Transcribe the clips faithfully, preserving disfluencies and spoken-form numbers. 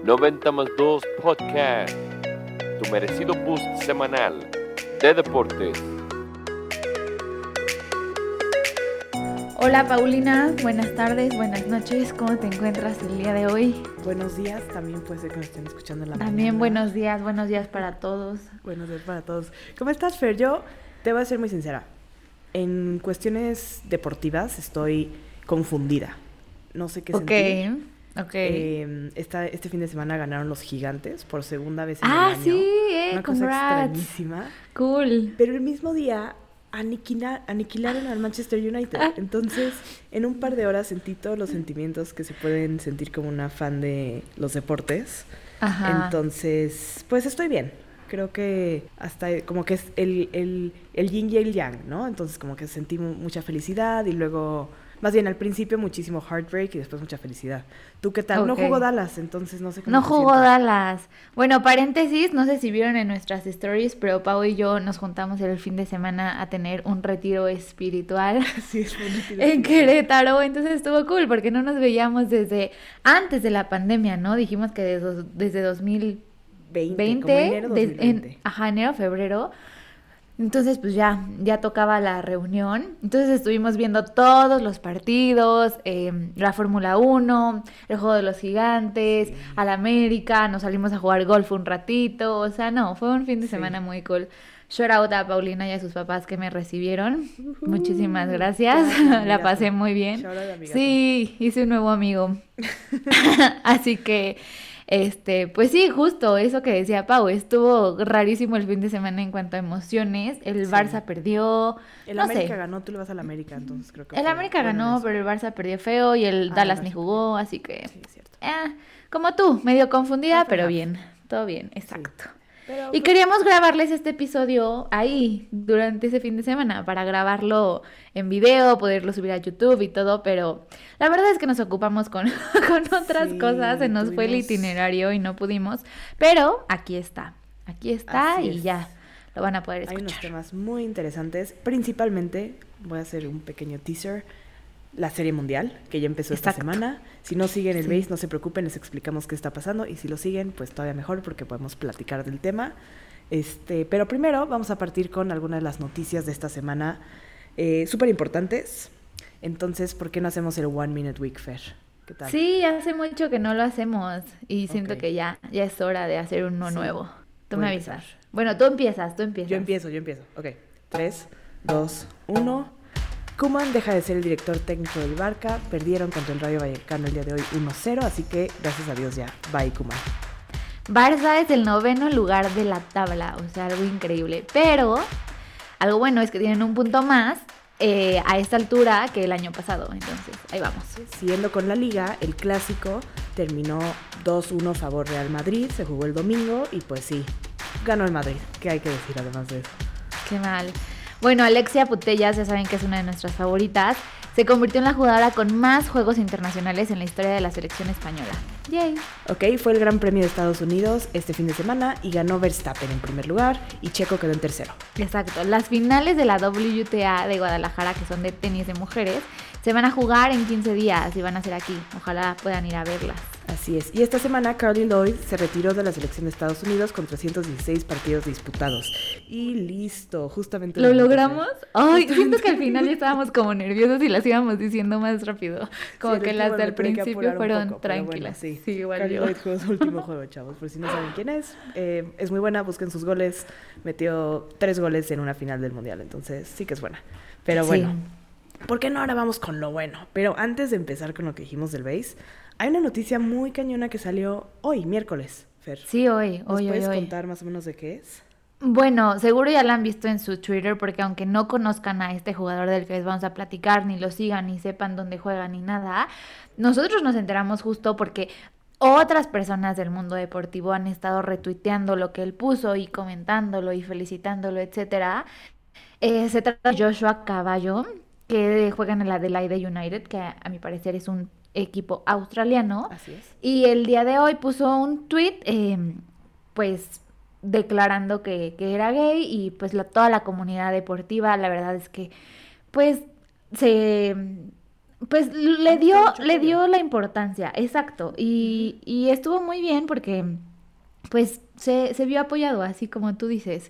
noventa más dos Podcast, tu merecido boost semanal de deportes. Hola Paulina, buenas tardes, buenas noches, ¿cómo te encuentras el día de hoy? Buenos días, también puede ser que nos estén escuchando en la mañana. También buenos días, buenos días para todos. Buenos días para todos. ¿Cómo estás, Fer? Yo te voy a ser muy sincera. En cuestiones deportivas estoy confundida. No sé qué okay, sentir. Ok, ok. Eh, esta, este fin de semana ganaron los Gigantes por segunda vez en ah, el año. sí, eh, Una congrats. cosa extrañísima. Cool. Pero el mismo día aniquila, aniquilaron al Manchester United. Ah. Entonces, en un par de horas sentí todos los sentimientos que se pueden sentir como una fan de los deportes. Ajá. Entonces, pues estoy bien. Creo que hasta como que es el, el, el yin y el yang, ¿no? Entonces como que sentí mucha felicidad y luego, más bien al principio muchísimo heartbreak y después mucha felicidad. ¿Tú qué tal? Okay. No jugó Dallas, entonces no sé cómo No te jugó sientas. Dallas. Bueno, paréntesis, no sé si vieron en nuestras stories, pero Pau y yo nos juntamos el fin de semana a tener un retiro espiritual Sí, es bonito. en Querétaro, entonces estuvo cool porque no nos veíamos desde antes de la pandemia, ¿no? Dijimos que desde, desde dos mil veinte, veinte, como enero de- dos mil veinte. en, ajá, enero, febrero. Entonces, pues ya, ya tocaba la reunión. Entonces estuvimos viendo todos los partidos, eh, la Fórmula uno, el Juego de los Gigantes, Sí. al América, nos salimos a jugar golf un ratito. O sea, no, fue un fin de Sí. semana muy cool. Shout out a Paulina y a sus papás que me recibieron. Muchísimas gracias. Gracias, La amigazo. pasé muy bien. Shout out, amigazo. Sí, hice un nuevo amigo. Así que, este, pues sí, justo eso que decía Pau, estuvo rarísimo el fin de semana en cuanto a emociones. El Sí. Barça perdió, El no América sé. ganó, tú le vas al América, entonces creo que El fue América bueno ganó, eso. pero el Barça perdió feo y el Ah, Dallas el ni Barça jugó, así que, Sí, es cierto. eh, como tú, medio confundida, Half and pero half. bien, todo bien, exacto. Pero, Y pues, queríamos grabarles este episodio ahí, durante ese fin de semana, para grabarlo en video, poderlo subir a YouTube y todo, pero la verdad es que nos ocupamos con, con otras Sí, cosas, se nos fue el tuvimos- itinerario y no pudimos, pero aquí está, aquí está Así y es. ya lo van a poder Hay unos escuchar. temas muy interesantes, principalmente, voy a hacer un pequeño teaser, la Serie Mundial, que ya empezó esta Exacto. semana. Si no siguen el Sí. base, no se preocupen, les explicamos qué está pasando, y si lo siguen, pues todavía mejor, porque podemos platicar del tema. Este, pero primero vamos a partir con algunas de las noticias de esta semana, eh, súper importantes. Entonces, ¿por qué no hacemos el One Minute Week, Fer? ¿Qué tal? Sí, hace mucho que no lo hacemos y siento Ok. que ya, ya es hora de hacer uno Sí. nuevo. Tú Voy me a avisas. empezar. Bueno, tú empiezas, tú empiezas. Yo empiezo, yo empiezo. Ok, tres, dos, uno. Koeman deja de ser el director técnico del Barça. Perdieron contra el Rayo Vallecano el día de hoy uno cero, así que gracias a Dios ya. Bye, Koeman. Barça es el noveno lugar de la tabla, o sea, algo increíble. Pero algo bueno es que tienen un punto más eh, a esta altura que el año pasado. Entonces, ahí vamos. Siguiendo con la liga, el clásico terminó dos uno favor Real Madrid. Se jugó el domingo y pues sí, ganó el Madrid. ¿Qué hay que decir además de eso? Qué mal. Bueno, Alexia Putellas, ya saben que es una de nuestras favoritas, se convirtió en la jugadora con más juegos internacionales en la historia de la selección española. Yay. Ok, fue el Gran Premio de Estados Unidos este fin de semana y ganó Verstappen en primer lugar y Checo quedó en tercero. Exacto. Las finales de la W T A de Guadalajara, que son de tenis de mujeres, se van a jugar en quince días y van a ser aquí. Ojalá puedan ir a verlas. Así es. Y esta semana Carly Lloyd se retiró de la selección de Estados Unidos con trescientos dieciséis partidos disputados. Y listo, justamente. ¿Lo mismo que logramos? hacer. Ay, siento que al final ya estábamos como nerviosos y las íbamos diciendo más rápido. Como Sí, que el las último del me tuve que principio apurar un fueron poco, pero tranquilas. bueno, sí. Sí, igual Carly yo. Lloyd jugó su último juego, chavos. Por si no saben quién es. Eh, es muy buena, busquen sus goles. Metió tres goles en una final del Mundial, entonces sí que es buena. Pero Sí. bueno, ¿por qué no ahora vamos con lo bueno? Pero antes de empezar con lo que dijimos del base, hay una noticia muy cañona que salió hoy, miércoles, Fer. Sí, hoy, ¿Nos hoy, hoy, puedes hoy. contar más o menos de qué es? Bueno, seguro ya la han visto en su Twitter porque aunque no conozcan a este jugador del que les vamos a platicar, ni lo sigan, ni sepan dónde juega, ni nada, nosotros nos enteramos justo porque otras personas del mundo deportivo han estado retuiteando lo que él puso y comentándolo y felicitándolo, etcétera. Eh, se trata de Joshua Caballo, que juega en el Adelaide United, que a, a mi parecer es un equipo australiano. Así es. Y el día de hoy puso un tweet, eh, pues declarando que, que era gay y pues la, toda la comunidad deportiva, la verdad es que pues se Pues le Han dio, mucho le apoyo. dio la importancia, exacto. Y, y estuvo muy bien porque pues se, se vio apoyado, así como tú dices.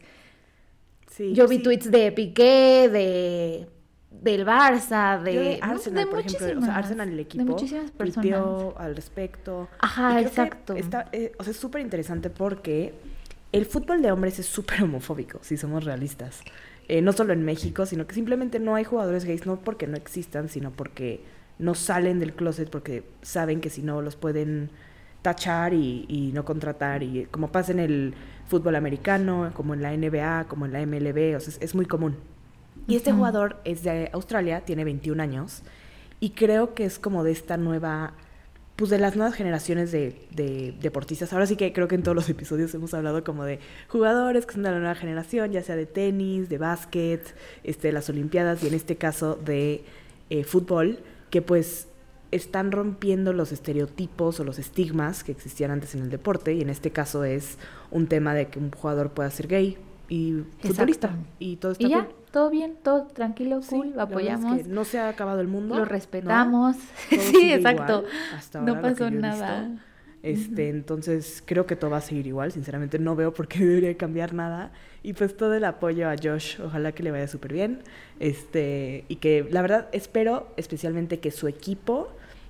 Sí, Yo vi sí. tweets de Piqué, de del Barça, de, Yo de no, Arsenal, de por ejemplo, o sea, muchísimas, Arsenal, el de equipo, muchísimas personas. tuiteó al respecto. Ajá, Y creo exacto. que está, eh, o sea, es súper interesante porque el fútbol de hombres es súper homofóbico, si somos realistas. Eh, no solo en México, sino que simplemente no hay jugadores gays, no porque no existan, sino porque no salen del closet, porque saben que si no los pueden tachar y, y no contratar, y como pasa en el fútbol americano, como en la N B A, como en la M L B, o sea, es, es muy común. Y este Ujú. jugador es de Australia, tiene veintiún años, y creo que es como de esta nueva, pues de las nuevas generaciones de, de deportistas. Ahora sí que creo que en todos los episodios hemos hablado como de jugadores que son de la nueva generación, ya sea de tenis, de básquet, este, de las olimpiadas, y en este caso de eh, fútbol, que pues están rompiendo los estereotipos o los estigmas que existían antes en el deporte, y en este caso es un tema de que un jugador pueda ser gay y futbolista, Exacto. y todo está Y ya, cool. todo bien, todo tranquilo, Sí, cool, la lo verdad es apoyamos, que no se ha acabado el mundo. lo ¿no? respetamos. Todo Sí, sigue exacto. igual hasta No ahora lo que pasó yo he nada. visto. Este, entonces creo que todo va a seguir igual. Sinceramente no veo por qué debería cambiar nada. Y pues todo el apoyo a Josh, ojalá que le vaya súper bien. Este, y que la verdad espero especialmente que su equipo,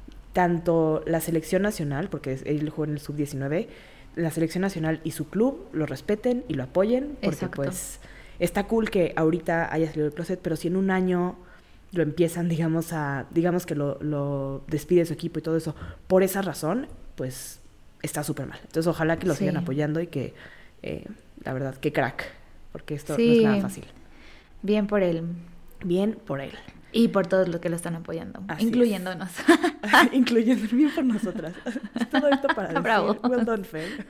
tanto la selección nacional, porque él jugó en el sub diecinueve, la selección nacional y su club lo respeten y lo apoyen, porque Exacto. pues está cool que ahorita haya salido del closet, pero si en un año lo empiezan, digamos, a, digamos que lo, lo despide su equipo y todo eso, por esa razón, pues está súper mal. Entonces ojalá que lo Sí. sigan apoyando y que, eh, la verdad, que crack, porque esto no Sí. es nada fácil. Bien por él. Bien por él. Y por todos los que lo están apoyando, Así es. incluyéndonos. Incluyendo bien por nosotras. Todo esto para decir, Bravo. well done, Fer.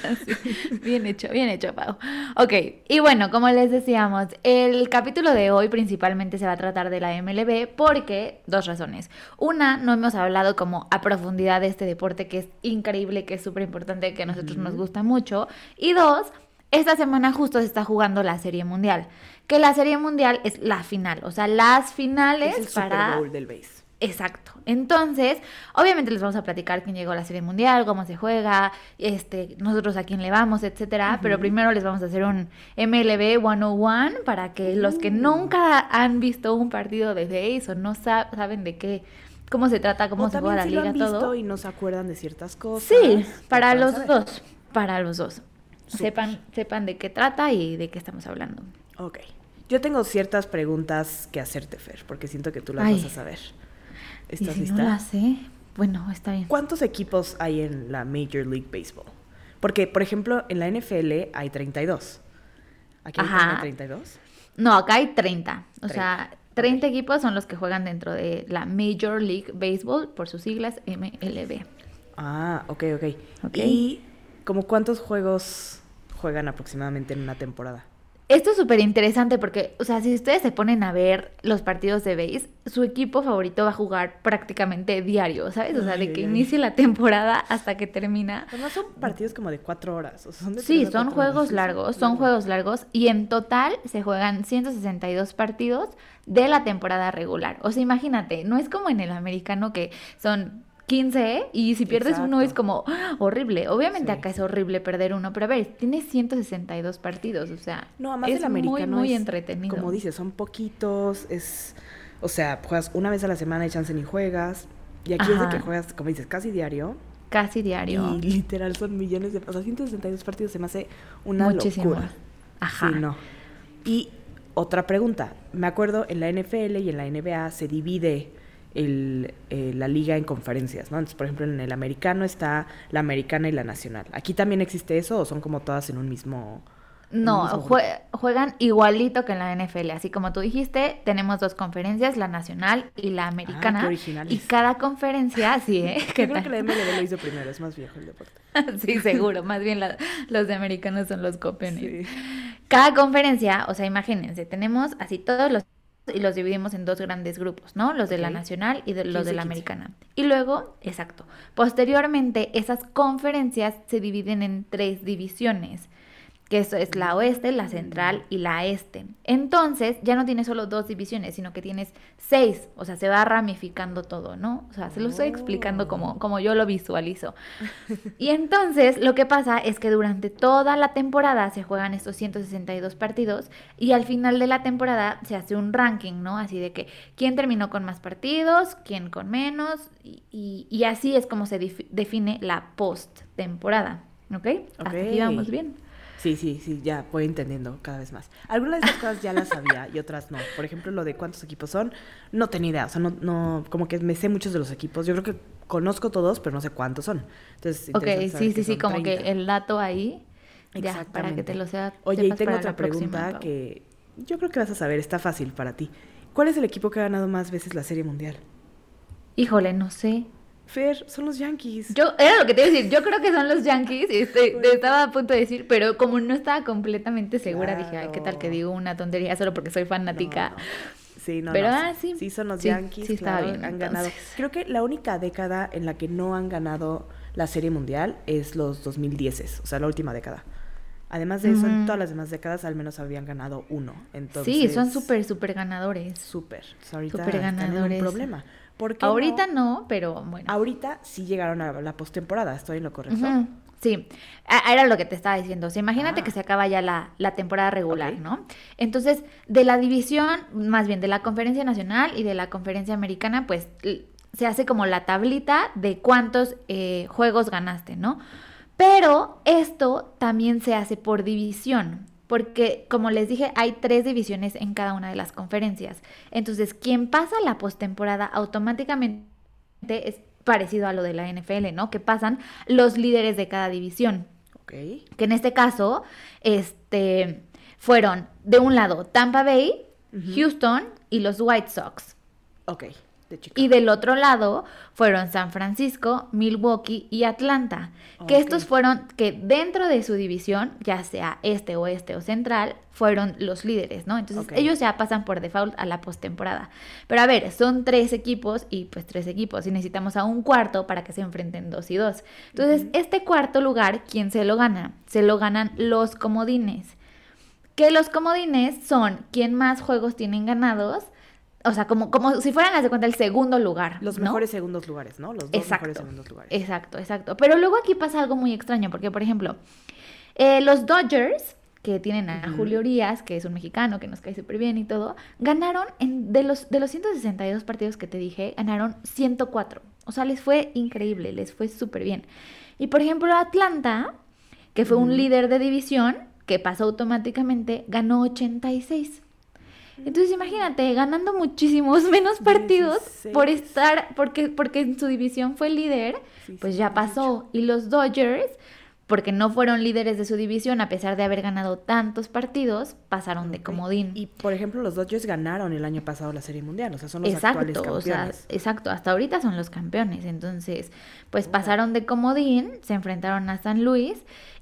Sí, bien hecho, bien hecho, Pau. Ok, y bueno, como les decíamos, el capítulo de hoy principalmente se va a tratar de la M L B porque, dos razones. Una, no hemos hablado como a profundidad de este deporte que es increíble, que es súper importante, que a nosotros nos gusta mucho. Y dos, esta semana justo se está jugando la Serie Mundial, que la Serie Mundial es la final, o sea, las finales Es el para... Super Bowl del base. Exacto. Entonces, obviamente les vamos a platicar quién llegó a la Serie Mundial, cómo se juega, este, nosotros a quién le vamos, etcétera. Ujú. Pero primero les vamos a hacer un M L B ciento uno para que los que Uh. nunca han visto un partido de base o no sab- saben de qué, cómo se trata, cómo O se juega también la si lo liga, han visto todo. y no se acuerdan de ciertas cosas. Sí, ya para pueden los saber. dos, para los dos. Súper. Sepan, sepan de qué trata y de qué estamos hablando. Ok. Yo tengo ciertas preguntas que hacerte, Fer, porque siento que tú las Ay. vas a saber. Y ¿Estás si lista? no la sé, bueno, está bien. ¿Cuántos equipos hay en la Major League Baseball? Porque, por ejemplo, en la N F L hay treinta y dos. ¿Aquí hay Ajá. también treinta y dos? No, acá hay treinta. O treinta. sea, treinta equipos son los que juegan dentro de la Major League Baseball, por sus siglas M L B. Ah, ok, ok. Ok. ¿Y como cuántos juegos juegan aproximadamente en una temporada? Esto es súper interesante porque, o sea, si ustedes se ponen a ver los partidos de base, su equipo favorito va a jugar prácticamente diario, ¿sabes? O sea, de Ay, que ay, ay. inicie la temporada hasta que termina. Además son partidos como de cuatro horas. O sea, son de Sí, tres a son cuatro horas. juegos Sí, largos, son largo. juegos largos y en total se juegan ciento sesenta y dos partidos de la temporada regular. O sea, imagínate, no es como en el americano que son quince y si pierdes uno es Exacto. como ¡ah! Horrible. Obviamente Sí. acá es horrible perder uno, pero a ver, tiene ciento sesenta y dos partidos, o sea, No, además es el americano muy, muy es, entretenido. como dices, son poquitos, es, o sea, juegas una vez a la semana y chance ni juegas, y aquí es de que Ajá. juegas, como dices, casi diario, Casi diario. y literal son millones de, o sea, ciento sesenta y dos partidos se me hace una Muchísimo. locura. Ajá. Sí, no. Y otra pregunta, me acuerdo en la N F L y en la N B A se divide el, eh, la liga en conferencias, ¿no? Entonces, por ejemplo, en el americano está la americana y la nacional. ¿Aquí también existe eso o son como todas en un mismo... en un No, mismo grupo? jue- juegan igualito que en la N F L. Así como tú dijiste, tenemos dos conferencias, la nacional y la americana. Ah, qué originales. Y cada conferencia, sí, ¿eh? Yo ¿Qué creo que la tal? M L B lo hizo primero, es más viejo el deporte. Sí, seguro. Más bien la- los de americanos son los copiones. Sí. Cada conferencia, o sea, imagínense, tenemos así todos los y los dividimos en dos grandes grupos, ¿no? Los de la Ok. nacional y de, los quince, de la quince. americana. Y luego, exacto, posteriormente esas conferencias se dividen en tres divisiones. que eso es la oeste, la central y la este. Entonces, ya no tienes solo dos divisiones, sino que tienes seis, o sea, se va ramificando todo, ¿no? O sea, se lo estoy explicando como, como yo lo visualizo. Y entonces, lo que pasa es que durante toda la temporada se juegan estos ciento sesenta y dos partidos y al final de la temporada se hace un ranking, ¿no? Así de que quién terminó con más partidos, quién con menos, y, y, y así es como se dif- define la post-temporada, ¿ok? Hasta Ok. aquí vamos bien. Sí, sí, sí, ya voy entendiendo cada vez más. Algunas de esas cosas ya las sabía y otras no. Por ejemplo, lo de cuántos equipos son, no tenía idea. O sea, no, no, como que me sé muchos de los equipos. Yo creo que conozco todos, pero no sé cuántos son. Entonces, Ok, interesante saber sí, que sí, sí, son como treinta. que el dato ahí, ya, para Exactamente. que te lo sea. Oye, y sepas tengo para otra la próxima, pregunta Pau. que yo creo que vas a saber, está fácil para ti. ¿Cuál es el equipo que ha ganado más veces la Serie Mundial? Híjole, no sé. Fer, son los Yankees. Yo, era lo que te iba a decir, yo creo que son los Yankees, y estoy- te estaba a punto de decir, pero como no estaba completamente segura, dije, ay, ¿qué tal que Claro. digo una tontería solo porque soy fanática? No, no. Sí, no, Pero, no, ah, sí. Sí, son los Sí, Yankees, sí estaba claro, bien, han ganado. entonces. Creo que la única década en la que no han ganado la Serie Mundial es los dos mil diez, o sea, la última década. Además de eso, en Ujú. todas las demás décadas al menos habían ganado uno. Entonces, Sí, son súper, súper ganadores. súper. O sea, ahorita súper están en un ganadores. problema. ¿Por qué Ahorita no? no, pero bueno. Ahorita sí llegaron a la postemporada, ¿estoy en lo correcto? Ujú, sí, A- era lo que te estaba diciendo. O sea, imagínate Ah. que se acaba ya la, la temporada regular, Ok. ¿no? Entonces, de la división, más bien de la conferencia nacional y de la conferencia americana, pues l- se hace como la tablita de cuántos eh, juegos ganaste, ¿no? Pero esto también se hace por división. Porque, como les dije, hay tres divisiones en cada una de las conferencias. Entonces, quien pasa la postemporada automáticamente es parecido a lo de la N F L, ¿no? Que pasan los líderes de cada división. Ok. Que en este caso, este, fueron de un lado Tampa Bay, Ujú. Houston y los White Sox. Ok, de Chicago. Y del otro lado fueron San Francisco, Milwaukee y Atlanta. Que Ok. estos fueron, que dentro de su división, ya sea este, oeste o central, fueron los líderes, ¿no? Entonces Ok. ellos ya pasan por default a la postemporada. Pero a ver, son tres equipos y pues tres equipos y necesitamos a un cuarto para que se enfrenten dos y dos. Entonces, Ujú. este cuarto lugar, ¿quién se lo gana? Se lo ganan los comodines. Que los comodines son quien más juegos tienen ganados. O sea, como, como si fueran, haz de cuenta, el segundo lugar. Los ¿no? mejores segundos lugares, ¿no? Los dos Exacto, mejores segundos lugares. exacto, exacto. Pero luego aquí pasa algo muy extraño, porque, por ejemplo, eh, los Dodgers, que tienen a Ujú. Julio Urias, que es un mexicano que nos cae súper bien y todo, ganaron, en, de, los, de los ciento sesenta y dos partidos que te dije, ganaron ciento cuatro. O sea, les fue increíble, les fue súper bien. Y, por ejemplo, Atlanta, que fue Ujú. un líder de división, que pasó automáticamente, ganó ochenta y seis. Entonces imagínate, ganando muchísimos menos partidos por dieciséis. estar, porque, porque en su división fue líder, Sí, pues sí, ya dieciocho. pasó. Y los Dodgers, porque no fueron líderes de su división, a pesar de haber ganado tantos partidos, pasaron de Ok. comodín. Y, por ejemplo, los Dodgers ganaron el año pasado la Serie Mundial, o sea, son los actuales Exacto, o sea, campeones. exacto, hasta ahorita son los campeones, entonces, pues Oh. pasaron de comodín, se enfrentaron a San Luis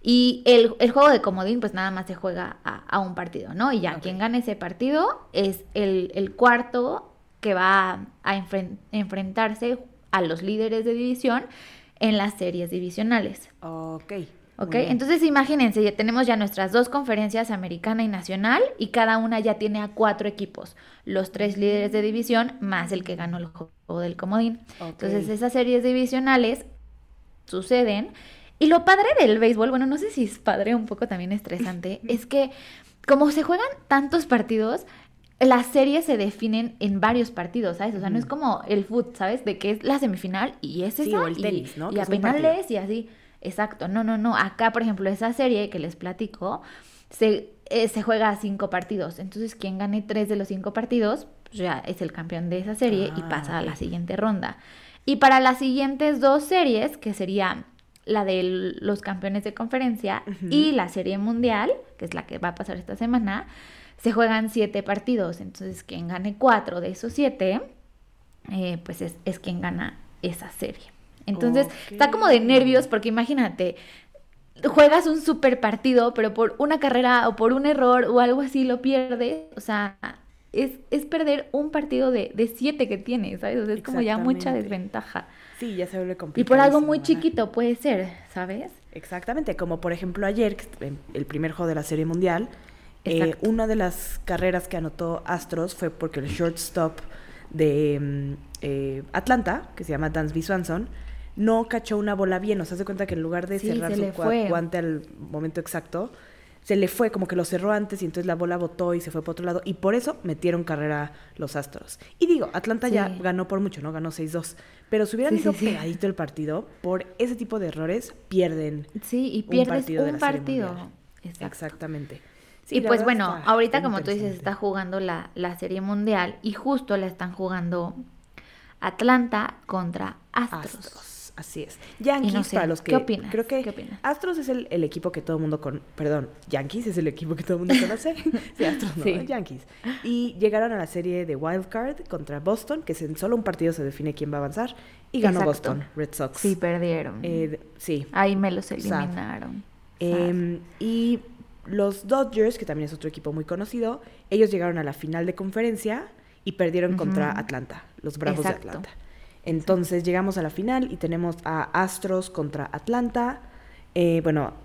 y el, el juego de comodín pues nada más se juega a, a un partido, ¿no? Y ya Ok. quien gane ese partido es el, el cuarto que va a enfren- enfrentarse a los líderes de división en las series divisionales. Ok. ¿Ok? muy bien. Entonces imagínense, ya tenemos ya nuestras dos conferencias, americana y nacional, y cada una ya tiene a cuatro equipos, los tres líderes de división más el que ganó el juego del comodín. Ok. Entonces esas series divisionales suceden, y lo padre del béisbol, bueno, no sé si es padre, un poco también estresante, es que como se juegan tantos partidos, las series se definen en varios partidos, ¿sabes? O sea, no es Ujú. como el fútbol, ¿sabes? De que es la semifinal y es esa, Sí, o el y- tenis, ¿no? y Que a es un partido. penales y así. Exacto, no, no, no. Acá, por ejemplo, esa serie que les platico, se, eh, se juega a cinco partidos. Entonces, quien gane tres de los cinco partidos, pues ya es el campeón de esa serie y Ah, pasa a la ok. siguiente ronda. Y para las siguientes dos series, que sería la de los campeones de conferencia Ujú. y la serie mundial, que es la que va a pasar esta semana, se juegan siete partidos. Entonces, quien gane cuatro de esos siete, eh, pues es, es quien gana esa serie. Entonces, está como de Ok. nervios porque imagínate, juegas un super partido, pero por una carrera o por un error o algo así lo pierdes. O sea, es, es perder un partido de, de siete que tienes, ¿sabes? O sea, es como ya mucha Exactamente. desventaja. Sí, ya se vuelve Y complicado. por algo muy chiquito puede ser, ¿sabes? Exactamente, como por ejemplo ayer, el primer juego de la Serie Mundial, eh, una de las carreras que anotó Astros fue porque el shortstop de eh, Atlanta, que se llama Dansby Swanson, no cachó una bola bien. O sea, se cuenta que en lugar de Sí, cerrar se su le cua- fue. guante al momento exacto, se le fue, como que lo cerró antes y entonces la bola botó y se fue para otro lado. Y por eso metieron carrera los Astros. Y digo, Atlanta Sí. ya ganó por mucho, ¿no? Ganó seis dos. Pero si hubieran Sí, ido sí, sí. pegadito el partido, por ese tipo de errores, pierden Sí, y un pierdes partido de un la Serie partido. Mundial. Exacto. Exactamente. Sí, Y la pues verdad bueno, está- ahorita está como tú dices, interesante. está jugando la, la Serie Mundial y justo la están jugando Atlanta contra Astros. Astros, así es. Yankees, Y no sé, para los que... ¿qué opinas? Creo que ¿Qué opinas? Astros es el, el equipo que todo el mundo con... Perdón, Yankees es el equipo que todo el mundo conoce. Sí, Astros no, Sí. es Yankees. Y llegaron a la serie de Wild Card contra Boston, que es en solo un partido se define quién va a avanzar. Y ganó Exacto. Boston, Red Sox. Sí, perdieron. Eh, sí. Ahí me los Sad. eliminaron. Eh, y los Dodgers, que también es otro equipo muy conocido, ellos llegaron a la final de conferencia y perdieron Ujú. contra Atlanta, los Bravos Exacto. de Atlanta. Entonces llegamos a la final y tenemos a Astros contra Atlanta. Eh, bueno,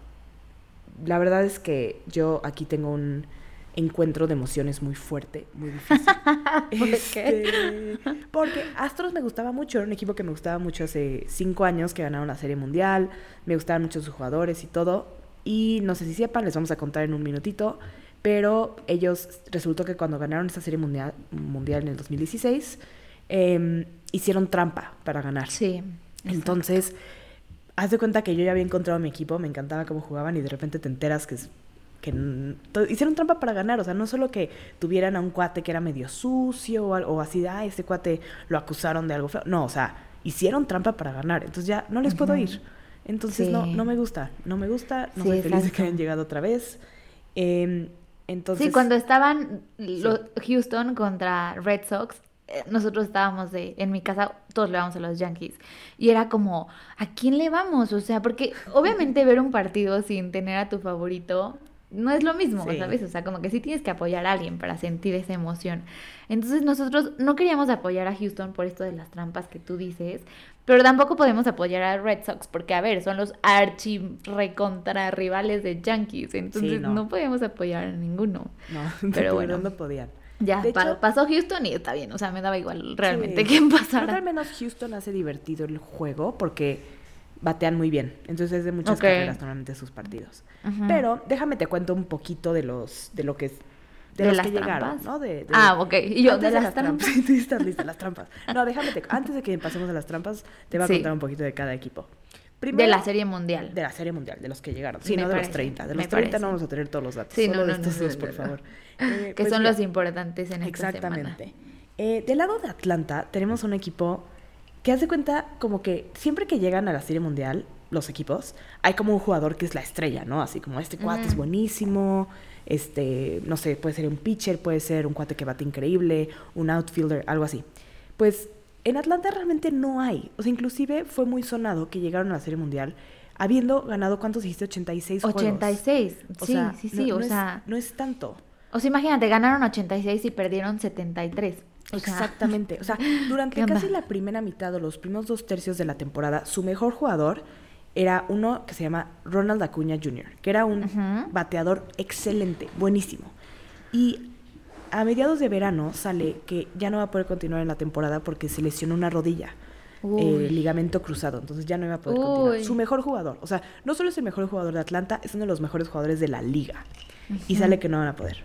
la verdad es que yo aquí tengo un encuentro de emociones muy fuerte, muy difícil. ¿Por Este, porque Astros me gustaba mucho, era un equipo que me gustaba mucho hace cinco años que ganaron la Serie Mundial, me gustaban mucho sus jugadores y todo, y no sé si sepan, les vamos a contar en un minutito, pero ellos, resultó que cuando ganaron esa Serie Mundial, mundial en el dos mil dieciséis, eh, hicieron trampa para ganar. Sí. exacto. Entonces, haz de cuenta que yo ya había encontrado a mi equipo, me encantaba cómo jugaban y de repente te enteras que, es, que n- to- hicieron trampa para ganar. O sea, no solo que tuvieran a un cuate que era medio sucio o, al- o así de, ah, este cuate lo acusaron de algo feo. No, o sea, hicieron trampa para ganar. Entonces ya no les puedo Ujú. ir. Entonces Sí. no, no me gusta, no me gusta, no Sí, soy feliz de que exacto. hayan llegado otra vez. Eh, entonces, Sí, cuando estaban los Houston contra Red Sox, eh, nosotros estábamos de, en mi casa, todos le vamos a los Yankees. Y era como, ¿a quién le vamos? O sea, porque obviamente ver un partido sin tener a tu favorito no es lo mismo, Sí. ¿sabes? O sea, como que sí tienes que apoyar a alguien para sentir esa emoción. Entonces nosotros no queríamos apoyar a Houston por esto de las trampas que tú dices, pero tampoco podemos apoyar a Red Sox porque, a ver, son los archi recontra rivales de Yankees. Entonces Sí, no. no. podemos apoyar a ninguno. no, Pero de bueno. verdad no podían. Ya, De pa- hecho- pasó Houston y está bien, o sea, me daba igual realmente Sí. quién Creo que pasara. al menos Houston hace divertido el juego porque batean muy bien. Entonces es de muchas Ok. carreras normalmente sus partidos. Ujú. Pero déjame te cuento un poquito de los de lo que es de, ¿De los las que llegaron, trampas? ¿no? De, de- Ah, ok. Y yo, antes de las trampas. Sí, tú estás lista, las trampas. No, déjame te, antes de que pasemos a las trampas, te voy a Sí. contar un poquito de cada equipo. De Primero, la Serie Mundial. de la Serie Mundial, de los que llegaron. Sí, Me no de los parece, treinta. De me los treinta parece. no vamos a tener todos los datos. Sí, solo no, de no, estos no, dos, no, por no. favor. Eh, que pues son mira, los importantes en esta exactamente. semana. Eh, del lado de Atlanta tenemos un equipo que hace cuenta como que siempre que llegan a la Serie Mundial, los equipos, hay como un jugador que es la estrella, ¿no? Así como este cuate Ujú. es buenísimo, este, no sé, puede ser un pitcher, puede ser un cuate que bate increíble, un outfielder, algo así. Pues en Atlanta realmente no hay. O sea, inclusive fue muy sonado que llegaron a la Serie Mundial habiendo ganado, ¿cuántos dijiste? ochenta y seis juegos. ochenta y seis. O Sí, sea, sí, no- sí, no o es- sea, no es tanto. o sea, imagínate, ganaron ochenta y seis y perdieron setenta y tres. O sea, Exactamente. O sea, durante ¿qué onda? casi la primera mitad o los primeros dos tercios de la temporada, su mejor jugador era uno que se llama Ronald Acuña junior, que era un Ujú. bateador excelente, buenísimo. Y a mediados de verano sale que ya no va a poder continuar en la temporada porque se lesionó una rodilla, Uy. eh, ligamento cruzado, entonces ya no iba a poder continuar. Uy. Su mejor jugador, o sea, no solo es el mejor jugador de Atlanta, es uno de los mejores jugadores de la liga. Y sale que no van a poder.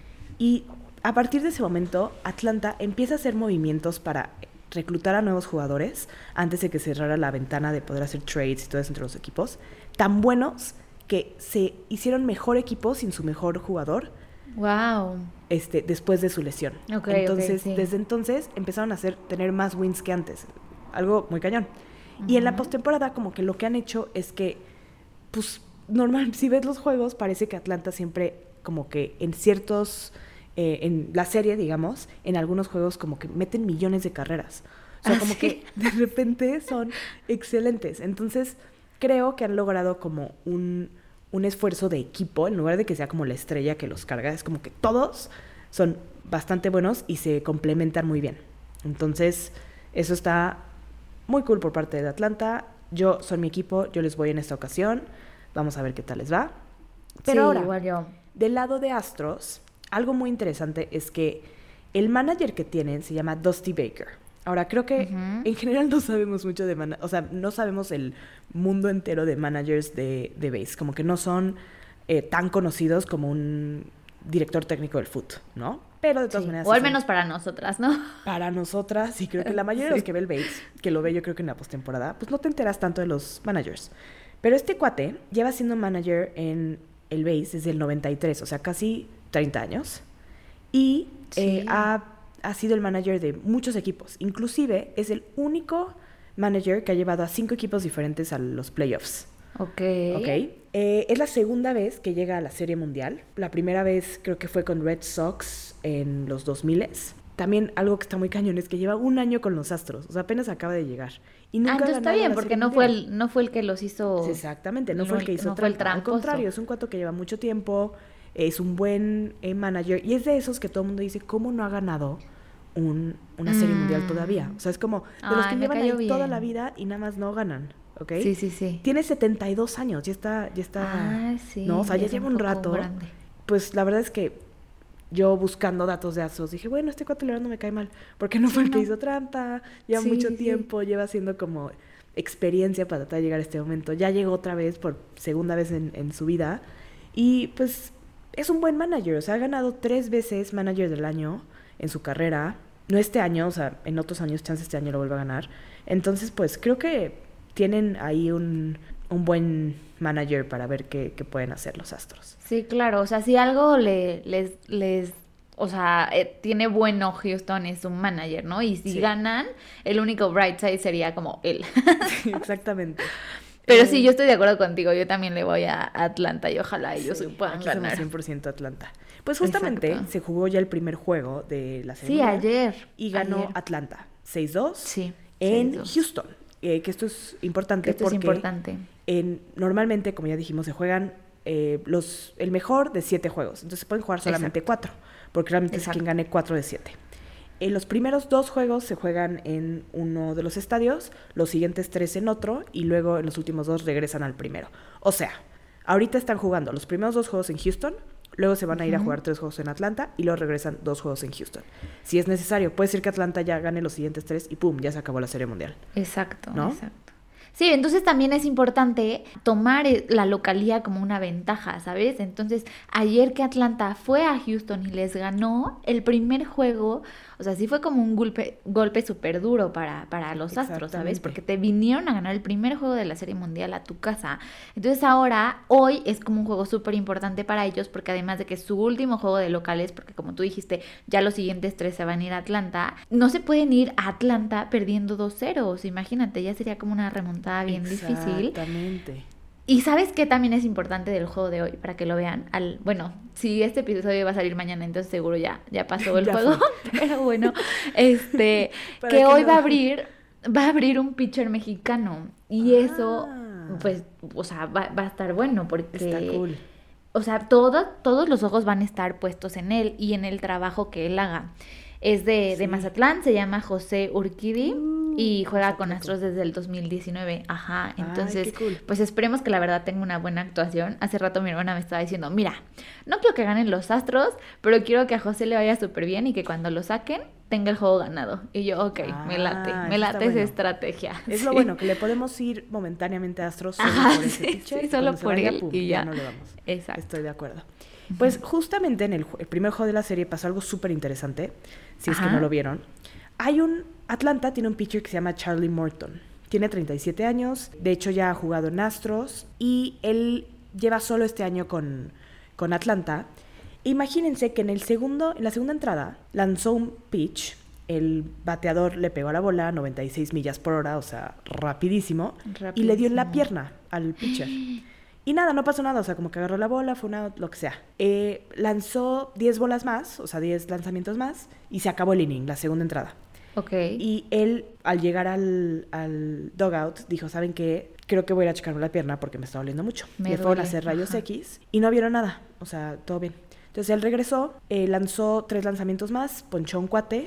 Y a partir de ese momento, Atlanta empieza a hacer movimientos para reclutar a nuevos jugadores antes de que cerrara la ventana de poder hacer trades y todo eso entre los equipos, tan buenos que se hicieron mejor equipo sin su mejor jugador wow. este, después de su lesión. Ok, ok, entonces, sí. desde entonces empezaron a hacer, tener más wins que antes. Algo muy cañón. Y en la Ujú. postemporada, como que lo que han hecho es que, pues, normal, si ves los juegos, parece que Atlanta siempre, como que en ciertos, eh, en la serie, digamos, en algunos juegos, como que meten millones de carreras. O sea, ¿Ah, como sí? que de repente son excelentes. Entonces, creo que han logrado como un, un esfuerzo de equipo, en lugar de que sea como la estrella que los carga, es como que todos son bastante buenos y se complementan muy bien. Entonces, eso está muy cool por parte de Atlanta. Yo soy mi equipo, yo les voy en esta ocasión. Vamos a ver qué tal les va. Pero sí, ahora, igual yo. del lado de Astros, algo muy interesante es que el manager que tienen se llama Dusty Baker. Ahora, creo que uh-huh. en general no sabemos mucho de managers, o sea, no sabemos el mundo entero de managers de, de base, como que no son eh, tan conocidos como un director técnico del fútbol, ¿no? Pero de todas sí. maneras... O al menos para nosotras, ¿no? Para nosotras, y creo que la mayoría sí. de los que ve el base, que lo ve yo creo que en la postemporada, pues no te enteras tanto de los managers. Pero este cuate lleva siendo manager en el base desde el noventa y tres, o sea, casi treinta años. Y sí. eh, ha... ha sido el manager de muchos equipos. Inclusive, es el único manager que ha llevado a cinco equipos diferentes a los playoffs. Ok. Ok. Eh, es la segunda vez que llega a la Serie Mundial. La primera vez creo que fue con Red Sox en los dos mil. También algo que está muy cañón es que lleva un año con los Astros. O sea, apenas acaba de llegar. Y nunca ah, entonces está bien, porque no fue, el, no fue el que los hizo... Sí, exactamente, no, no fue el que hizo no fue el tramposo. Al contrario, es un cuate que lleva mucho tiempo, es un buen eh, manager. Y es de esos que todo el mundo dice, ¿cómo no ha ganado Un, una serie mm. mundial todavía? O sea, es como de Ay, los que llevan ahí bien. toda la vida y nada más no ganan, ¿ok? Sí, sí, sí. Tiene setenta y dos años, ya está, ya está, ah, sí, ¿no? O sea, ya, ya lleva un, un rato. Grande. Pues la verdad es que yo buscando datos de Astros dije, bueno, este cuate no me cae mal, porque no fue sí, el que no. hizo trampa, lleva sí, mucho tiempo, sí. lleva haciendo como experiencia para tratar de llegar a este momento. Ya llegó otra vez por segunda vez en, en su vida y pues es un buen manager, o sea, ha ganado tres veces manager del año en su carrera. No este año, o sea, en otros años, chance este año lo vuelve a ganar. Entonces, pues, creo que tienen ahí un, un buen manager para ver qué, qué pueden hacer los Astros. Sí, claro. O sea, si algo le, les, les, o sea, eh, tiene bueno Houston es un manager, ¿no? Y si sí. ganan, el único bright side sería como él. Sí, exactamente. Pero eh, sí, yo estoy de acuerdo contigo. Yo también le voy a Atlanta y ojalá ellos sí, puedan aquí ganar. Somos cien por ciento Atlanta. Pues justamente Exacto. se jugó ya el primer juego de la serie. Sí, ayer. Y ganó ayer. Atlanta seis dos sí, en seis dos. Houston. Eh, que esto es importante esto porque es importante. En, normalmente, como ya dijimos, se juegan eh, los el mejor de siete juegos. Entonces se pueden jugar solamente Exacto. cuatro, porque realmente Exacto. es quien gane cuatro de siete. En los primeros dos juegos se juegan en uno de los estadios, los siguientes tres en otro, y luego en los últimos dos regresan al primero. O sea, ahorita están jugando los primeros dos juegos en Houston, luego se van a ir uh-huh. a jugar tres juegos en Atlanta, y luego regresan dos juegos en Houston. Si es necesario, puede ser que Atlanta ya gane los siguientes tres, y pum, ya se acabó la Serie Mundial. Exacto, ¿no? exacto. Sí, entonces también es importante tomar la localía como una ventaja, ¿sabes? Entonces, ayer que Atlanta fue a Houston y les ganó el primer juego, o sea, sí fue como un golpe golpe súper duro para, para los Astros, ¿sabes? Porque te vinieron a ganar el primer juego de la Serie Mundial a tu casa. Entonces ahora, hoy es como un juego súper importante para ellos, porque además de que es su último juego de locales, porque como tú dijiste, ya los siguientes tres se van a ir a Atlanta, no se pueden ir a Atlanta perdiendo dos ceros, imagínate, ya sería como una remontada bien difícil. Exactamente. Y ¿sabes qué también es importante del juego de hoy? Para que lo vean. Al, bueno, si este episodio va a salir mañana, entonces seguro ya, ya pasó el ya juego. Pero bueno, este que, que hoy no... va a abrir, va a abrir un pitcher mexicano. Y ah. eso, pues, o sea, va, va a estar bueno porque... Está cool. O sea, todo, todos los ojos van a estar puestos en él y en el trabajo que él haga. Es de, sí. de Mazatlán, se llama José Urquidi uh, y juega con Astros desde el dos mil diecinueve. Ajá, entonces, Ay, qué cool. Pues esperemos que la verdad tenga una buena actuación. Hace rato mi hermana me estaba diciendo, mira, no quiero que ganen los Astros, pero quiero que a José le vaya súper bien y que cuando lo saquen tenga el juego ganado. Y yo, ok, ah, me late, me late esa bueno. estrategia. Es sí. lo bueno, que le podemos ir momentáneamente a Astros solo Ajá, por ese sí, pitcher, sí, solo por vaya, él pum, y ya. ya no le vamos. Exacto. Estoy de acuerdo. Pues justamente en el, el primer juego de la serie pasó algo súper interesante, si Ajá. es que no lo vieron. Hay un... Atlanta tiene un pitcher que se llama Charlie Morton. Tiene treinta y siete años, de hecho ya ha jugado en Astros y él lleva solo este año con, con Atlanta. Imagínense que en, el segundo, en la segunda entrada lanzó un pitch, el bateador le pegó a la bola a noventa y seis millas por hora, o sea, rapidísimo, rapidísimo. Y le dio en la pierna al pitcher. Y nada, no pasó nada, o sea, como que agarró la bola, fue una, lo que sea. Eh, lanzó diez bolas más, o sea, diez lanzamientos más, y se acabó el inning, la segunda entrada. Ok. Y él, al llegar al, al dugout, dijo, ¿saben qué? Creo que voy a ir a checarme la pierna porque me está doliendo mucho. Me Le fueron a hacer rayos Ajá. X y no vieron nada, o sea, todo bien. Entonces él regresó, eh, lanzó tres lanzamientos más, ponchó un cuate,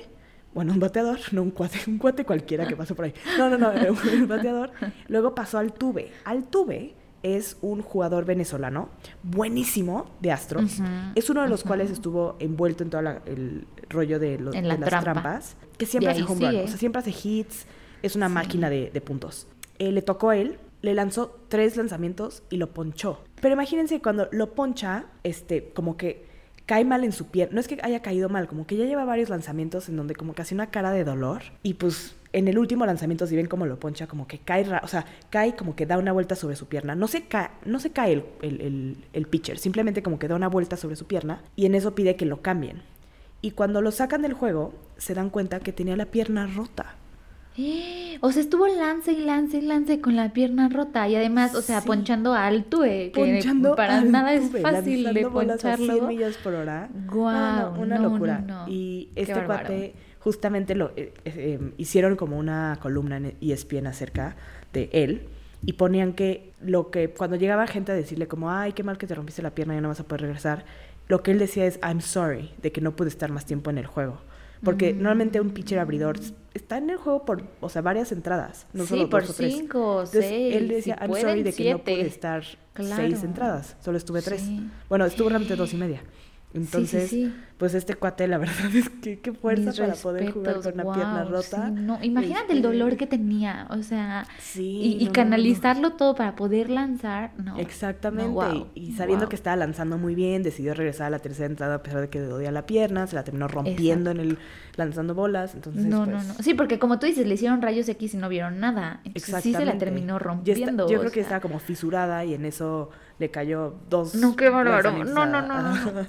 Bueno, un bateador, no un cuate, un cuate cualquiera que pasó por ahí. No, no, no, un bateador. Luego pasó Altuve. Altuve es un jugador venezolano buenísimo de Astros. Uh-huh, es uno de los uh-huh. cuales estuvo envuelto en todo la, el rollo de, lo, en la de las trampa. trampas. Que siempre hace home run, o sea, siempre hace hits. Es una sí. máquina de, de puntos. Eh, le tocó a él, le lanzó tres lanzamientos y lo ponchó. Pero imagínense cuando lo poncha, este, como que cae mal en su pierna. No es que haya caído mal, como que ya lleva varios lanzamientos en donde como que hace una cara de dolor. Y pues en el último lanzamiento, si ven cómo lo poncha, como que cae, ra- o sea, cae como que da una vuelta sobre su pierna. No se cae, no se cae el, el, el, el pitcher, simplemente como que da una vuelta sobre su pierna y en eso pide que lo cambien. Y cuando lo sacan del juego, se dan cuenta que tenía la pierna rota. O sea, estuvo lance y lance y lance con la pierna rota. Y además, o sea, sí. ponchando a Altuve. Que ponchando para Altuve, nada es fácil de poncharlo. A cien millas por hora. Guau, no, no, una no, locura. No, no. Y este cuate, justamente lo eh, eh, hicieron como una columna en E S P N acerca de él. Y ponían que lo que cuando llegaba gente a decirle como, ay, qué mal que te rompiste la pierna y no vas a poder regresar, lo que él decía es, I'm sorry, de que no pude estar más tiempo en el juego. Porque mm. normalmente un pitcher abridor está en el juego por, o sea, varias entradas. No sí, solo por dos o tres. cinco, Entonces, seis. él decía, si I'm pueden, sorry de que siete. no pude estar claro. seis entradas. Solo estuve tres. Sí. Bueno, estuvo realmente dos y media. Entonces, sí, sí, sí. pues este cuate, la verdad es que qué fuerza Mis para respetos, poder jugar con una wow, pierna rota. Sí, no. Imagínate este... el dolor que tenía, o sea, sí, y, y no, canalizarlo no, no. todo para poder lanzar, no. Exactamente, no, wow, y, y sabiendo wow. que estaba lanzando muy bien, decidió regresar a la tercera entrada a pesar de que le dolía la pierna, se la terminó rompiendo Exacto. en el lanzando bolas, entonces No, pues... no, no, sí, porque como tú dices, le hicieron rayos X y no vieron nada, entonces sí se la terminó rompiendo. Está, yo creo sea... que estaba como fisurada y en eso le cayó dos... No, qué bárbaro, no, no, no, a, no.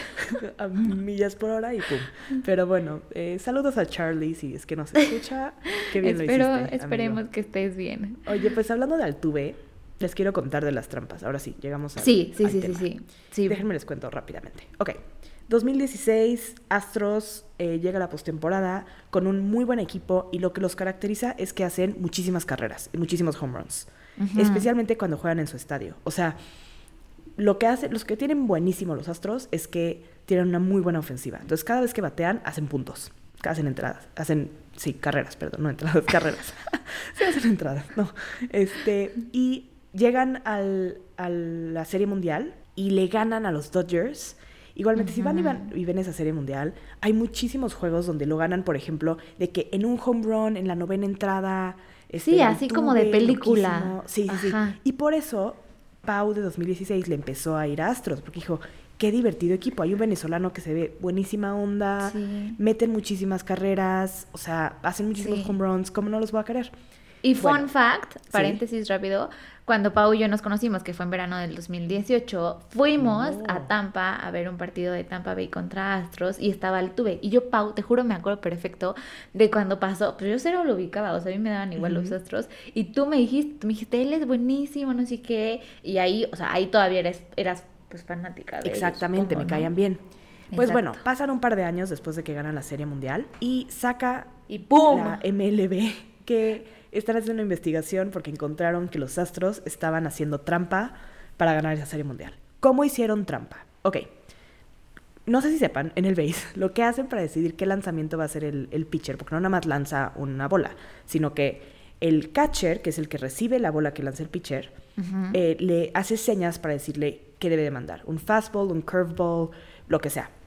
a millas por hora y pum. Pero bueno, eh, saludos a Charlie, si es que nos escucha, qué bien Espero, lo hiciste, Esperemos amigo. que estés bien. Oye, pues hablando de Altuve, les quiero contar de las trampas. Ahora sí, llegamos a Sí, sí, al sí, tema. sí, sí, sí. Déjenme les cuento rápidamente. Ok, dos mil dieciséis, Astros eh, llega a la postemporada con un muy buen equipo y lo que los caracteriza es que hacen muchísimas carreras y muchísimos home runs, uh-huh. especialmente cuando juegan en su estadio. O sea, lo que hace, los que tienen buenísimo los Astros es que tienen una muy buena ofensiva. Entonces, cada vez que batean, hacen puntos, hacen entradas, hacen, sí, carreras, perdón, no entradas, carreras. Sí, hacen entradas, no. Este, y llegan al, a la Serie Mundial y le ganan a los Dodgers. Igualmente, uh-huh. si van y, van y ven esa Serie Mundial, hay muchísimos juegos donde lo ganan, por ejemplo, de que en un home run, en la novena entrada... Este, sí, así como de película. Loquísimo. Sí, sí, Ajá. sí. Y por eso, Pau de dos mil dieciséis le empezó a ir a Astros, porque dijo, qué divertido equipo. Hay un venezolano que se ve buenísima onda, sí. meten muchísimas carreras, o sea, hacen muchísimos sí. home runs, ¿cómo no los voy a querer? Y fun bueno, fact, paréntesis sí. rápido, cuando Pau y yo nos conocimos, que fue en verano del dos mil dieciocho, fuimos oh. a Tampa a ver un partido de Tampa Bay contra Astros y estaba Altuve. Y yo, Pau, te juro, me acuerdo perfecto de cuando pasó, pues yo cero lo ubicaba, o sea, a mí me daban igual uh-huh. los Astros. Y tú me dijiste, tú me dijiste, él es buenísimo, no sé qué. Y ahí, o sea, ahí todavía eres, eras pues fanática de Exactamente, ellos, me ¿no? caían bien. Pues Exacto. bueno, pasan un par de años después de que ganan la Serie Mundial y saca y ¡pum! La M L B que están haciendo una investigación porque encontraron que los Astros estaban haciendo trampa para ganar esa Serie Mundial. ¿Cómo hicieron trampa? Ok, no sé si sepan, en el base, lo que hacen para decidir qué lanzamiento va a ser el, el pitcher, porque no nada más lanza una bola, sino que el catcher, que es el que recibe la bola que lanza el pitcher, uh-huh. eh, le hace señas para decirle qué debe de mandar. Un fastball, un curveball, lo que sea.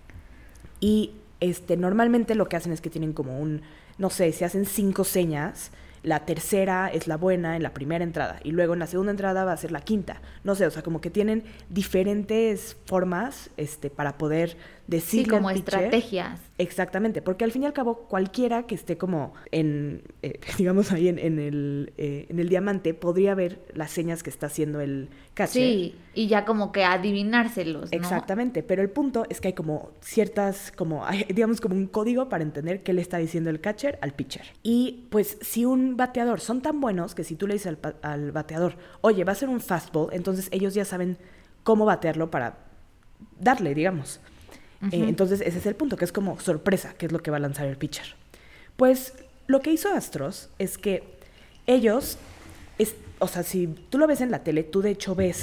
Y este, normalmente lo que hacen es que tienen como un, no sé, se hacen cinco señas. La tercera es la buena en la primera entrada y luego en la segunda entrada va a ser la quinta. No sé, o sea, como que tienen diferentes formas este, para poder decirle sí, como al pitcher, estrategias. Exactamente, porque al fin y al cabo cualquiera que esté como en, eh, digamos ahí en, en, el, eh, en el diamante podría ver las señas que está haciendo el catcher. Sí, y ya como que adivinárselos, ¿no? Exactamente, pero el punto es que hay como ciertas, como hay, digamos como un código para entender qué le está diciendo el catcher al pitcher. Y pues si un bateador son tan buenos que si tú le dices al, al bateador, oye, va a ser un fastball, entonces ellos ya saben cómo batearlo para darle, digamos. Uh-huh. Eh, entonces ese es el punto, que es como sorpresa, que es lo que va a lanzar el pitcher. Pues lo que hizo Astros es que ellos, es, o sea, si tú lo ves en la tele, tú de hecho ves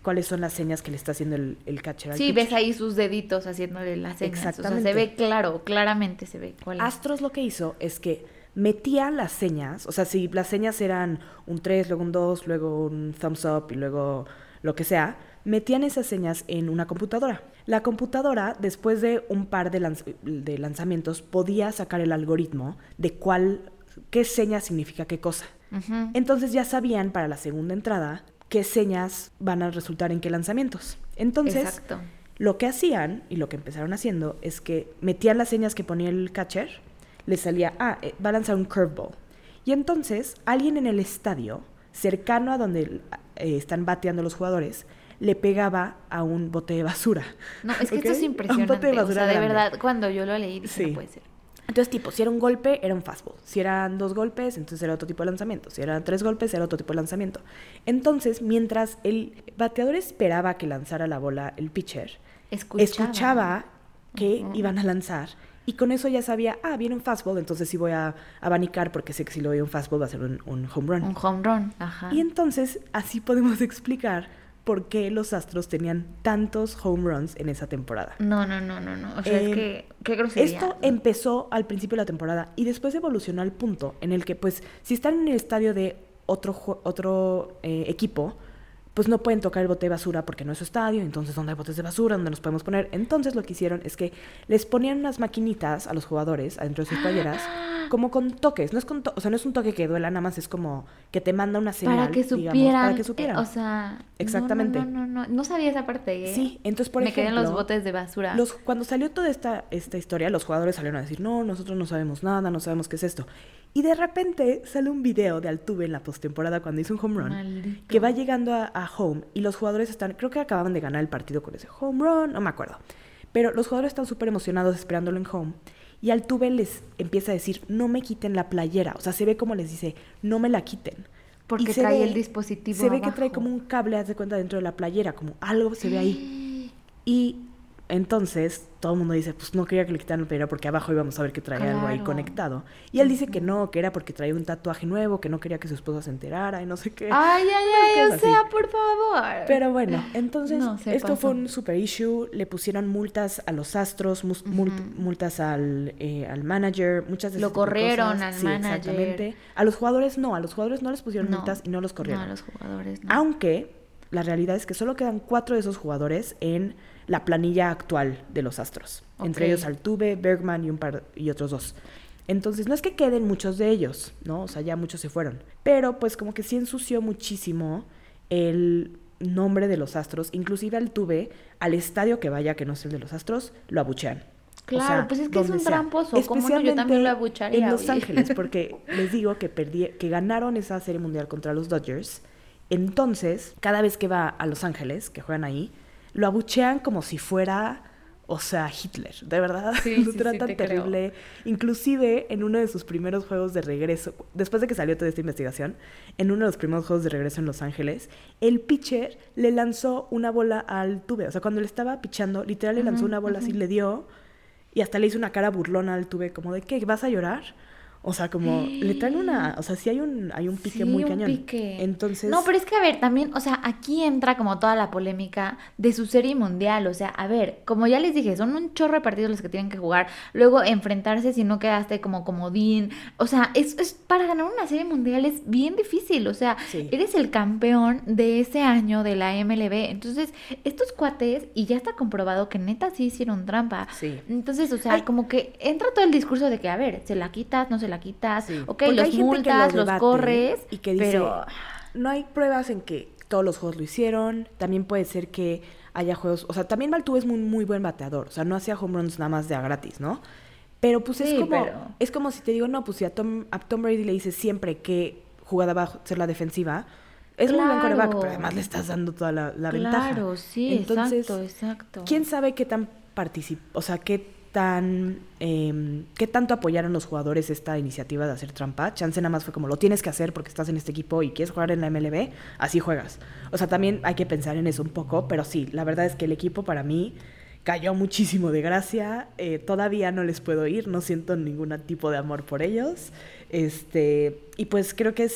cuáles son las señas que le está haciendo el, el catcher al Sí, pitcher. ves ahí sus deditos haciéndole las señas. Exactamente. O sea, se ve claro, claramente se ve cuál es. Astros lo que hizo es que metía las señas, o sea, si las señas eran un tres, luego un dos, luego un thumbs up y luego lo que sea, metían esas señas en una computadora. La computadora, después de un par de, lanz- de lanzamientos, podía sacar el algoritmo de cuál, qué seña significa qué cosa. Ujú. Entonces ya sabían para la segunda entrada qué señas van a resultar en qué lanzamientos. Entonces, Exacto. lo que hacían y lo que empezaron haciendo es que metían las señas que ponía el catcher, le salía, ah, eh, va a lanzar un curveball. Y entonces alguien en el estadio, cercano a donde eh, están bateando los jugadores, le pegaba a un bote de basura. No, es que ¿Ok? esto es A un impresionante. bote de O basura sea, de grande. verdad, cuando yo lo leí, dije, Sí. no puede ser. Entonces, tipo, si era un golpe, era un fastball. Si eran dos golpes, entonces era otro tipo de lanzamiento. Si eran tres golpes, era otro tipo de lanzamiento. Entonces, mientras el bateador esperaba que lanzara la bola el pitcher, Escuchaba. escuchaba que Ujú. iban a lanzar. Y con eso ya sabía, ah, viene un fastball, entonces sí voy a abanicar porque sé que si lo veo un fastball va a ser un, un home run. Un home run, ajá. Y entonces, así podemos explicar por qué los Astros tenían tantos home runs en esa temporada. No, no, no, no, no. O sea, Eh, es que, qué grosería. Esto empezó al principio de la temporada y después evolucionó al punto en el que, pues, si están en el estadio de otro, ju- otro eh, equipo, pues no pueden tocar el bote de basura porque no es su estadio, entonces ¿dónde hay botes de basura? ¿Dónde nos podemos poner? Entonces lo que hicieron es que les ponían unas maquinitas a los jugadores adentro de sus playeras, como con toques, no es con to- o sea, no es un toque que duela, nada más es como que te manda una señal, Para que digamos, supieran. para que supieran. eh, o sea. Exactamente. No, no, no, no. No sabía esa parte, ¿eh? Sí, entonces, por Me ejemplo, quedé en los botes de basura. Los, cuando salió toda esta, esta historia, los jugadores salieron a decir, no, nosotros no sabemos nada, no sabemos qué es esto. Y de repente sale un video de Altuve en la postemporada cuando hizo un home run, Maldito. que va llegando a, a home y los jugadores están, creo que acababan de ganar el partido con ese home run, no me acuerdo. Pero los jugadores están súper emocionados esperándolo en home. Y Altuve les empieza a decir, no me quiten la playera. O sea, se ve como les dice, no me la quiten. Porque Y se trae ve- el dispositivo Se ve que abajo. trae como un cable, haz de cuenta, dentro de la playera, como algo se ve ahí. Y entonces todo el mundo dice, pues no quería que le quitaran la playera porque abajo íbamos a ver que traía algo ahí Claro. conectado. Y él dice que no, que era porque traía un tatuaje nuevo, que no quería que su esposa se enterara y no sé qué. Ay, ay, ay, Unas o cosas sea, así. por favor. Pero bueno, entonces No, se esto pasó. fue un super issue, le pusieron multas a los Astros, mus- mult- Ujú. multas al, eh, al manager, muchas de Lo ese tipo de corrieron cosas. al Sí, manager. exactamente. A los jugadores no, a los jugadores no les pusieron No. multas y no los corrieron. No, a los jugadores no. Aunque la realidad es que solo quedan cuatro de esos jugadores en la planilla actual de los Astros. Ok. Entre ellos Altuve, Bergman y un par y otros dos. Entonces, no es que queden muchos de ellos, ¿no? O sea, ya muchos se fueron. Pero, pues, como que sí ensució muchísimo el nombre de los Astros. Inclusive Altuve, al estadio que vaya, que no es el de los Astros, lo abuchean. Claro, pues es que es donde un sea. tramposo. ¿Cómo no? Yo Especialmente también lo abucharía, en Los oye. Ángeles, porque les digo que perdí, que ganaron esa serie mundial contra los Dodgers. Entonces, cada vez que va a Los Ángeles, que juegan ahí, lo abuchean como si fuera, o sea, Hitler. De verdad, Sí, lo sí, sí, tratan te creo. terrible. Inclusive, en uno de sus primeros juegos de regreso, después de que salió toda esta investigación, en uno de los primeros juegos de regreso en Los Ángeles, el pitcher le lanzó una bola al Tuve. O sea, cuando le estaba pichando, literal le lanzó Ujú, una bola así, ujú. le dio, y hasta le hizo una cara burlona al Tuve, como de, ¿qué? ¿Vas a llorar? O sea, como le traen una, o sea, sí hay un hay un pique Sí, muy un cañón. pique. Entonces, No, pero es que a ver, también, o sea, aquí entra como toda la polémica de su serie mundial. O sea, a ver, como ya les dije, son un chorro de partidos los que tienen que jugar. Luego enfrentarse si no quedaste como comodín. O sea, es, es para ganar una serie mundial es bien difícil. O sea, Sí. eres el campeón de ese año de la M L B. Entonces, estos cuates, y ya está comprobado que neta sí hicieron trampa. Sí. Entonces, o sea, Ay. como que entra todo el discurso de que, a ver, se la quitas, no se la quitas. Sí. Ok, Porque hay los gente que multas, lo los debate corres, y que dice, pero no hay pruebas en que todos los juegos lo hicieron. También puede ser que haya juegos, o sea, también Altuve es muy muy buen bateador, o sea, no hacía home runs nada más de a gratis, ¿no? Pero pues es Sí, como pero- es como si te digo, no, pues si a Tom, a Tom Brady le dices siempre que jugada va a ser la defensiva, es muy buen Claro. quarterback, pero además le estás dando toda la, la ventaja. claro, sí, Entonces, exacto, exacto. ¿quién sabe qué tan particip o sea, qué tan, eh, qué tanto apoyaron los jugadores esta iniciativa de hacer trampa? Chance nada más fue como, lo tienes que hacer porque estás en este equipo y quieres jugar en la M L B, así juegas. O sea, también hay que pensar en eso un poco, pero sí, la verdad es que el equipo para mí cayó muchísimo de gracia, eh, todavía no les puedo ir, no siento ningún tipo de amor por ellos, este, y pues creo que es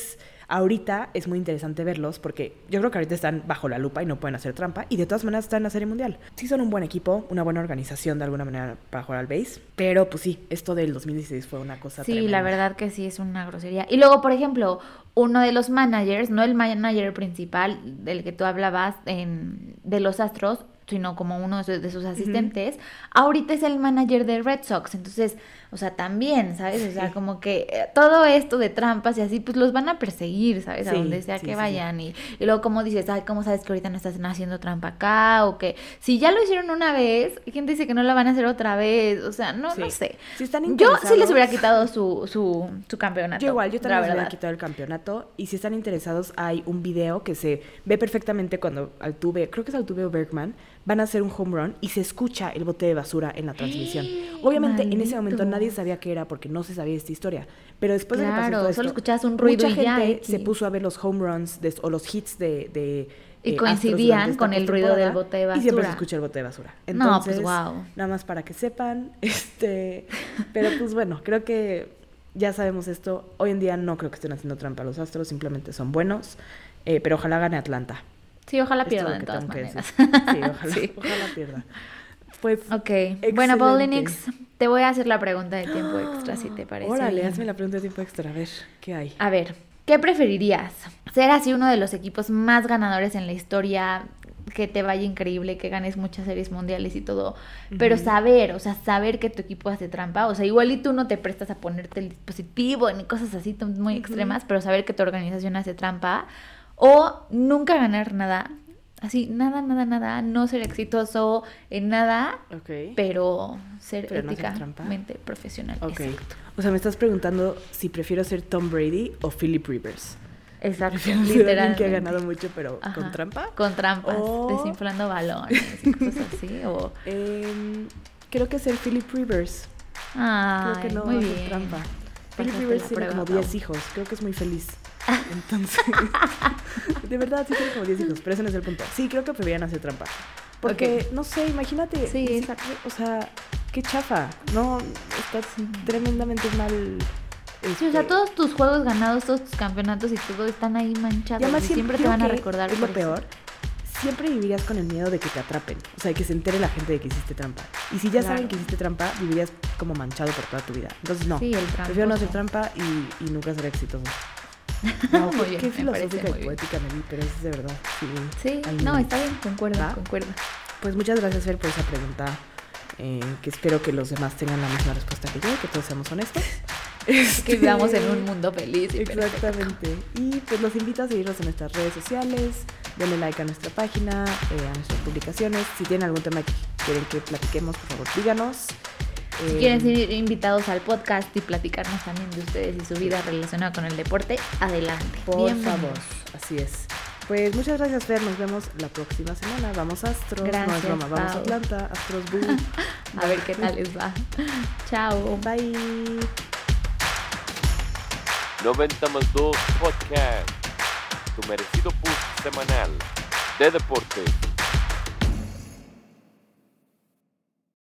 Ahorita es muy interesante verlos porque yo creo que ahorita están bajo la lupa y no pueden hacer trampa, y de todas maneras están en la Serie Mundial. Sí son un buen equipo, una buena organización de alguna manera para jugar al base, pero pues sí, esto del dos mil dieciséis fue una cosa Sí, tremenda. la verdad que sí es una grosería. Y luego, por ejemplo, uno de los managers, no el manager principal del que tú hablabas en, de los Astros, sino como uno de sus, de sus asistentes, uh-huh. ahorita es el manager de Red Sox. Entonces, o sea, también, ¿sabes? O sea, sí. como que eh, todo esto de trampas y así, pues los van a perseguir, ¿sabes? Sí, a donde sea sí, que sí, vayan. Sí. Y, y luego, como dices, ay, ¿cómo sabes que ahorita no estás haciendo trampa acá? O que si ya lo hicieron una vez, ¿quién dice que no la van a hacer otra vez? O sea, no, sí. no sé. Si están yo sí les hubiera quitado su, su, su campeonato. Yo igual, yo también les hubiera quitado el campeonato. Y si están interesados, hay un video que se ve perfectamente cuando Altuve, creo que es Altuve o Bergman, van a hacer un home run y se escucha el bote de basura en la transmisión. Obviamente, Maldito. en ese momento nadie sabía qué era porque no se sabía esta historia. Pero después claro, de que pasó todo esto, solo escuchabas un ruido mucha y ya, gente X. se puso a ver los home runs de, o los hits de... de y eh, coincidían con el ruido del bote de basura. Y siempre se escucha el bote de basura. Entonces, no, pues wow. nada más para que sepan. este Pero pues bueno, creo que ya sabemos esto. Hoy en día no creo que estén haciendo trampa a los Astros, simplemente son buenos. Eh, pero ojalá gane Atlanta. Sí, ojalá pierda de todas maneras. Sí, ojalá, sí. ojalá pierda. Pues, ok, excelente. Bueno, Paulinix, te voy a hacer la pregunta de tiempo extra, si te parece. Órale, hazme la pregunta de tiempo extra, a ver, ¿qué hay? A ver, ¿qué preferirías? ¿Ser así uno de los equipos más ganadores en la historia, que te vaya increíble, que ganes muchas series mundiales y todo, uh-huh. pero saber, o sea, saber que tu equipo hace trampa, o sea, igual y tú no te prestas a ponerte el dispositivo ni cosas así muy uh-huh. extremas, pero saber que tu organización hace trampa, o nunca ganar nada, así, nada, nada, nada, no ser exitoso en nada, okay. pero ser pero éticamente no profesional. Okay. Exacto. O sea, me estás preguntando si prefiero ser Tom Brady o Philip Rivers. Exacto, literalmente. Que ha ganado mucho, pero Ajá. ¿con trampa? Con trampas, o... desinflando balones y cosas así, o... Eh, creo que ser Philip Rivers. Ay, creo que no muy hace bien. trampa. Philip Rivers tiene como diez hijos, creo que es muy feliz. Entonces, de verdad sí tiene como diez hijos, pero ese no es el punto. Sí, creo que preferían hacer trampa. Porque, okay. no sé, imagínate. Sí, sí exacto. O sea, qué chafa. No, está sí. tremendamente mal. Este... Sí, o sea, todos tus juegos ganados, todos tus campeonatos y todo están ahí manchados. Y además, y siempre, siempre te van a recordar. Es lo peor. Siempre vivirías con el miedo de que te atrapen. O sea, que se entere la gente de que hiciste trampa. Y si ya claro. saben que hiciste trampa, vivirías como manchado por toda tu vida. Entonces, no. Sí, el prefiero no hacer trampa y, y nunca ser exitoso. No, muy qué, bien, qué filosófica y muy poética me vi, pero es de verdad. Sí, sí no, está bien, concuerdo, ¿Va? concuerdo. Pues muchas gracias, Fer, por esa pregunta. Eh, que espero que los demás tengan la misma respuesta que yo, que todos seamos honestos. Este... Que vivamos en un mundo feliz. Y Exactamente. Perfecto. Y pues los invito a seguirnos en nuestras redes sociales, denle like a nuestra página, eh, a nuestras publicaciones. Si tienen algún tema que quieren que platiquemos, por favor, díganos. Si eh, quieren ser invitados al podcast y platicarnos también de ustedes y su vida relacionada con el deporte, adelante. Por Bienvenidos. favor, así es. Pues muchas gracias, Fer. Nos vemos la próxima semana. Vamos Astros. Gracias, no es broma, Pau. vamos Atlanta. Astros Boo. A ver qué tal les va. Chao. Bye. noventa más dos Podcast. Tu merecido boost semanal de deportes.